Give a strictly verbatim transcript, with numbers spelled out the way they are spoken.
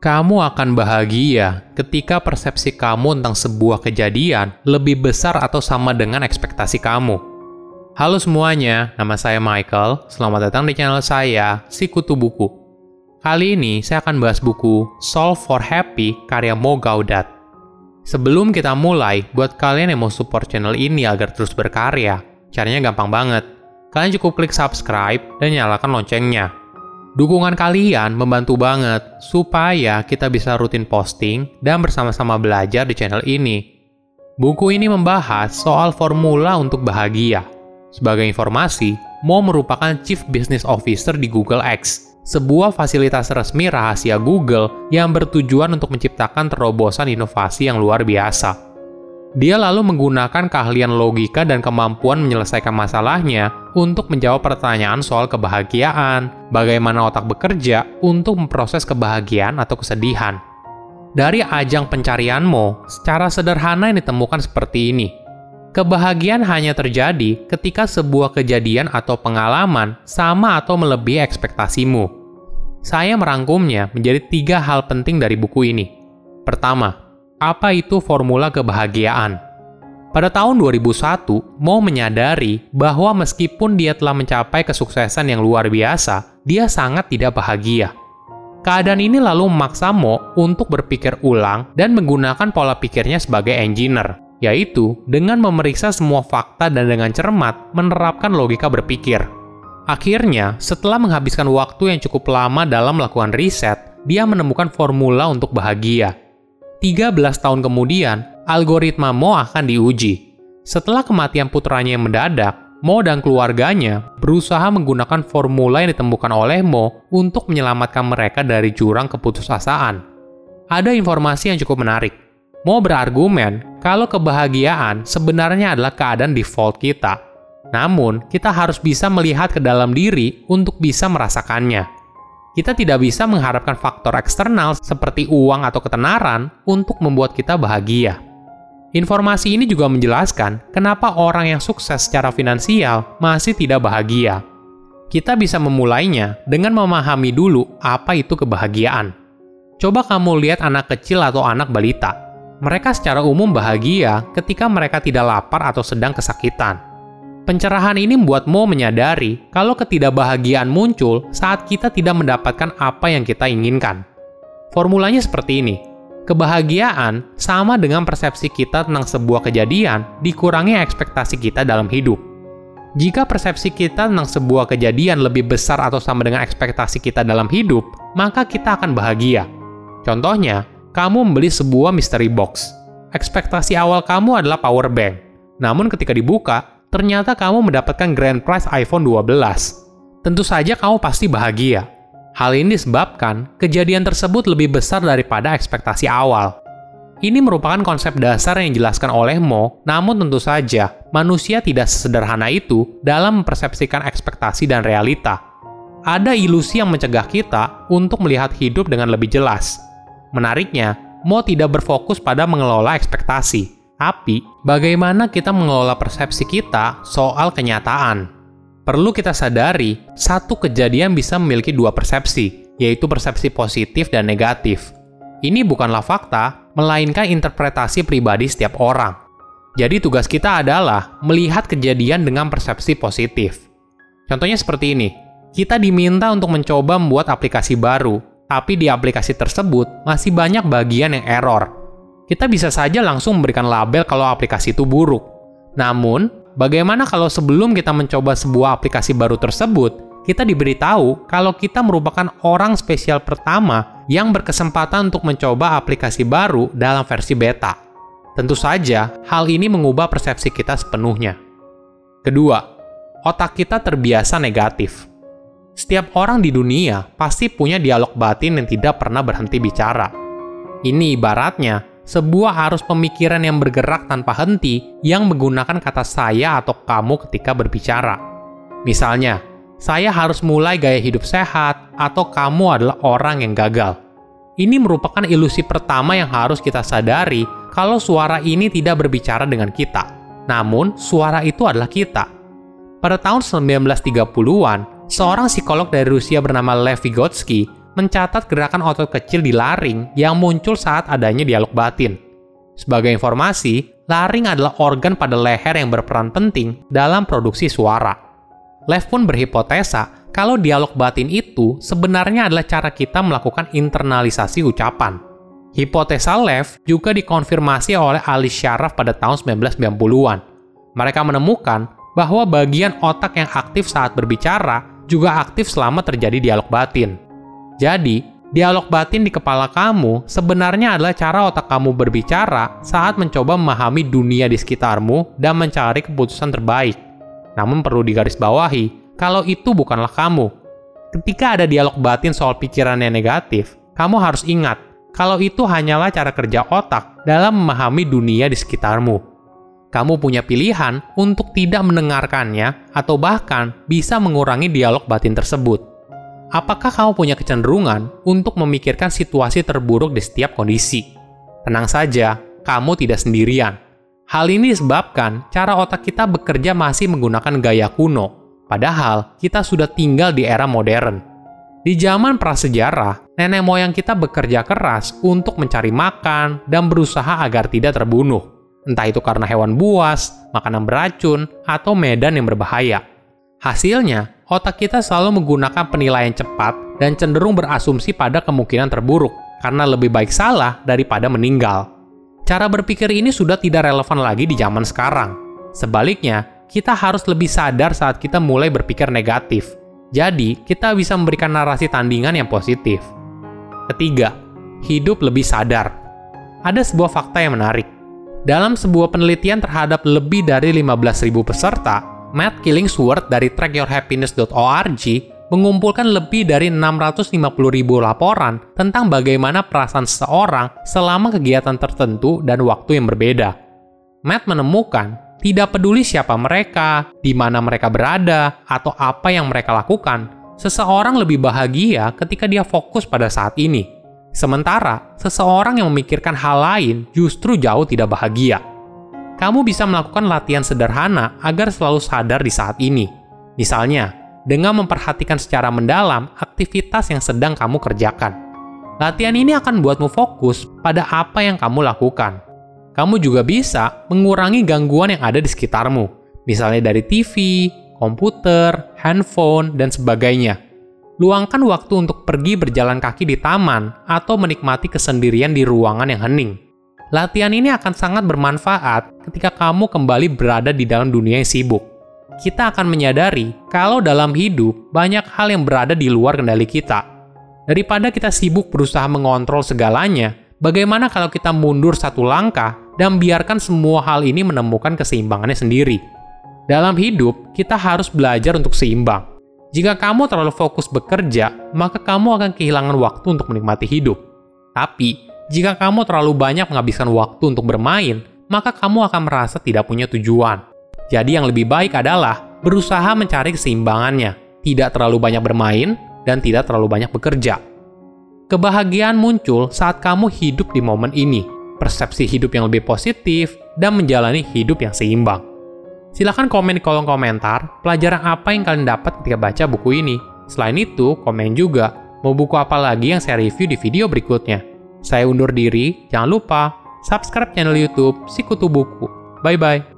Kamu akan bahagia ketika persepsi kamu tentang sebuah kejadian lebih besar atau sama dengan ekspektasi kamu. Halo semuanya, nama saya Michael. Selamat datang di channel saya, Sikutu Buku. Kali ini saya akan bahas buku Solve for Happy karya Mo Gaudat. Sebelum kita mulai, buat kalian yang mau support channel ini agar terus berkarya, caranya gampang banget. Kalian cukup klik subscribe dan nyalakan loncengnya. Dukungan kalian membantu banget supaya kita bisa rutin posting dan bersama-sama belajar di channel ini. Buku ini membahas soal formula untuk bahagia. Sebagai informasi, Mo merupakan Chief Business Officer di Google X, sebuah fasilitas resmi rahasia Google yang bertujuan untuk menciptakan terobosan inovasi yang luar biasa. Dia lalu menggunakan keahlian logika dan kemampuan menyelesaikan masalahnya untuk menjawab pertanyaan soal kebahagiaan, bagaimana otak bekerja untuk memproses kebahagiaan atau kesedihan. Dari ajang pencarian Mo, secara sederhana yang ditemukan seperti ini. Kebahagiaan hanya terjadi ketika sebuah kejadian atau pengalaman sama atau melebihi ekspektasimu. Saya merangkumnya menjadi tiga hal penting dari buku ini. Pertama, apa itu formula kebahagiaan? Pada tahun dua ribu satu, Mo menyadari bahwa meskipun dia telah mencapai kesuksesan yang luar biasa, dia sangat tidak bahagia. Keadaan ini lalu memaksa Mo untuk berpikir ulang dan menggunakan pola pikirnya sebagai engineer, yaitu dengan memeriksa semua fakta dan dengan cermat menerapkan logika berpikir. Akhirnya, setelah menghabiskan waktu yang cukup lama dalam melakukan riset, dia menemukan formula untuk bahagia. tiga belas tahun kemudian, algoritma Mo akan diuji. Setelah kematian putranya yang mendadak, Mo dan keluarganya berusaha menggunakan formula yang ditemukan oleh Mo untuk menyelamatkan mereka dari jurang keputusasaan. Ada informasi yang cukup menarik. Mo berargumen kalau kebahagiaan sebenarnya adalah keadaan default kita. Namun, kita harus bisa melihat ke dalam diri untuk bisa merasakannya. Kita tidak bisa mengharapkan faktor eksternal seperti uang atau ketenaran untuk membuat kita bahagia. Informasi ini juga menjelaskan kenapa orang yang sukses secara finansial masih tidak bahagia. Kita bisa memulainya dengan memahami dulu apa itu kebahagiaan. Coba kamu lihat anak kecil atau anak balita. Mereka secara umum bahagia ketika mereka tidak lapar atau sedang kesakitan. Pencerahan ini membuat Mo menyadari kalau ketidakbahagiaan muncul saat kita tidak mendapatkan apa yang kita inginkan. Formulanya seperti ini. Kebahagiaan sama dengan persepsi kita tentang sebuah kejadian dikurangi ekspektasi kita dalam hidup. Jika persepsi kita tentang sebuah kejadian lebih besar atau sama dengan ekspektasi kita dalam hidup, maka kita akan bahagia. Contohnya, kamu membeli sebuah mystery box. Ekspektasi awal kamu adalah power bank. Namun ketika dibuka, ternyata kamu mendapatkan grand prize iPhone dua belas. Tentu saja kamu pasti bahagia. Hal ini disebabkan kejadian tersebut lebih besar daripada ekspektasi awal. Ini merupakan konsep dasar yang dijelaskan oleh Mo, namun tentu saja manusia tidak sesederhana itu dalam mempersepsikan ekspektasi dan realita. Ada ilusi yang mencegah kita untuk melihat hidup dengan lebih jelas. Menariknya, Mo tidak berfokus pada mengelola ekspektasi. Tapi, bagaimana kita mengelola persepsi kita soal kenyataan? Perlu kita sadari, satu kejadian bisa memiliki dua persepsi, yaitu persepsi positif dan negatif. Ini bukanlah fakta, melainkan interpretasi pribadi setiap orang. Jadi tugas kita adalah melihat kejadian dengan persepsi positif. Contohnya seperti ini, kita diminta untuk mencoba membuat aplikasi baru, tapi di aplikasi tersebut masih banyak bagian yang error. Kita bisa saja langsung memberikan label kalau aplikasi itu buruk. Namun, bagaimana kalau sebelum kita mencoba sebuah aplikasi baru tersebut, kita diberitahu kalau kita merupakan orang spesial pertama yang berkesempatan untuk mencoba aplikasi baru dalam versi beta? Tentu saja, hal ini mengubah persepsi kita sepenuhnya. Kedua, otak kita terbiasa negatif. Setiap orang di dunia pasti punya dialog batin yang tidak pernah berhenti bicara. Ini ibaratnya sebuah arus pemikiran yang bergerak tanpa henti yang menggunakan kata saya atau kamu ketika berbicara. Misalnya, saya harus mulai gaya hidup sehat atau kamu adalah orang yang gagal. Ini merupakan ilusi pertama yang harus kita sadari kalau suara ini tidak berbicara dengan kita. Namun, suara itu adalah kita. Pada tahun sembilan belas tiga puluhan, seorang psikolog dari Rusia bernama Lev Vygotsky mencatat gerakan otot kecil di laring yang muncul saat adanya dialog batin. Sebagai informasi, laring adalah organ pada leher yang berperan penting dalam produksi suara. Lev pun berhipotesa kalau dialog batin itu sebenarnya adalah cara kita melakukan internalisasi ucapan. Hipotesa Lev juga dikonfirmasi oleh Ali Sharaf pada tahun sembilan belas sembilan puluhan. Mereka menemukan bahwa bagian otak yang aktif saat berbicara juga aktif selama terjadi dialog batin. Jadi, dialog batin di kepala kamu sebenarnya adalah cara otak kamu berbicara saat mencoba memahami dunia di sekitarmu dan mencari keputusan terbaik. Namun perlu digarisbawahi, kalau itu bukanlah kamu. Ketika ada dialog batin soal pikiran yang negatif, kamu harus ingat kalau itu hanyalah cara kerja otak dalam memahami dunia di sekitarmu. Kamu punya pilihan untuk tidak mendengarkannya atau bahkan bisa mengurangi dialog batin tersebut. Apakah kamu punya kecenderungan untuk memikirkan situasi terburuk di setiap kondisi? Tenang saja, kamu tidak sendirian. Hal ini disebabkan cara otak kita bekerja masih menggunakan gaya kuno, padahal kita sudah tinggal di era modern. Di zaman prasejarah, nenek moyang kita bekerja keras untuk mencari makan dan berusaha agar tidak terbunuh. Entah itu karena hewan buas, makanan beracun, atau medan yang berbahaya. Hasilnya, otak kita selalu menggunakan penilaian cepat dan cenderung berasumsi pada kemungkinan terburuk, karena lebih baik salah daripada meninggal. Cara berpikir ini sudah tidak relevan lagi di zaman sekarang. Sebaliknya, kita harus lebih sadar saat kita mulai berpikir negatif. Jadi, kita bisa memberikan narasi tandingan yang positif. Ketiga, hidup lebih sadar. Ada sebuah fakta yang menarik. Dalam sebuah penelitian terhadap lebih dari lima belas ribu peserta, Matt Killingsworth dari track your happiness dot org mengumpulkan lebih dari enam ratus lima puluh ribu laporan tentang bagaimana perasaan seseorang selama kegiatan tertentu dan waktu yang berbeda. Matt menemukan, tidak peduli siapa mereka, di mana mereka berada, atau apa yang mereka lakukan, seseorang lebih bahagia ketika dia fokus pada saat ini. Sementara, seseorang yang memikirkan hal lain justru jauh tidak bahagia. Kamu bisa melakukan latihan sederhana agar selalu sadar di saat ini. Misalnya, dengan memperhatikan secara mendalam aktivitas yang sedang kamu kerjakan. Latihan ini akan membuatmu fokus pada apa yang kamu lakukan. Kamu juga bisa mengurangi gangguan yang ada di sekitarmu, misalnya dari T V, komputer, handphone, dan sebagainya. Luangkan waktu untuk pergi berjalan kaki di taman atau menikmati kesendirian di ruangan yang hening. Latihan ini akan sangat bermanfaat ketika kamu kembali berada di dalam dunia yang sibuk. Kita akan menyadari kalau dalam hidup banyak hal yang berada di luar kendali kita. Daripada kita sibuk berusaha mengontrol segalanya, bagaimana kalau kita mundur satu langkah dan biarkan semua hal ini menemukan keseimbangannya sendiri? Dalam hidup, kita harus belajar untuk seimbang. Jika kamu terlalu fokus bekerja, maka kamu akan kehilangan waktu untuk menikmati hidup. Tapi, jika kamu terlalu banyak menghabiskan waktu untuk bermain, maka kamu akan merasa tidak punya tujuan. Jadi yang lebih baik adalah berusaha mencari keseimbangannya, tidak terlalu banyak bermain, dan tidak terlalu banyak bekerja. Kebahagiaan muncul saat kamu hidup di momen ini, persepsi hidup yang lebih positif, dan menjalani hidup yang seimbang. Silahkan komen di kolom komentar pelajaran apa yang kalian dapat ketika baca buku ini. Selain itu, komen juga mau buku apa lagi yang saya review di video berikutnya. Saya undur diri, jangan lupa subscribe channel YouTube Sikutu Buku. Bye-bye.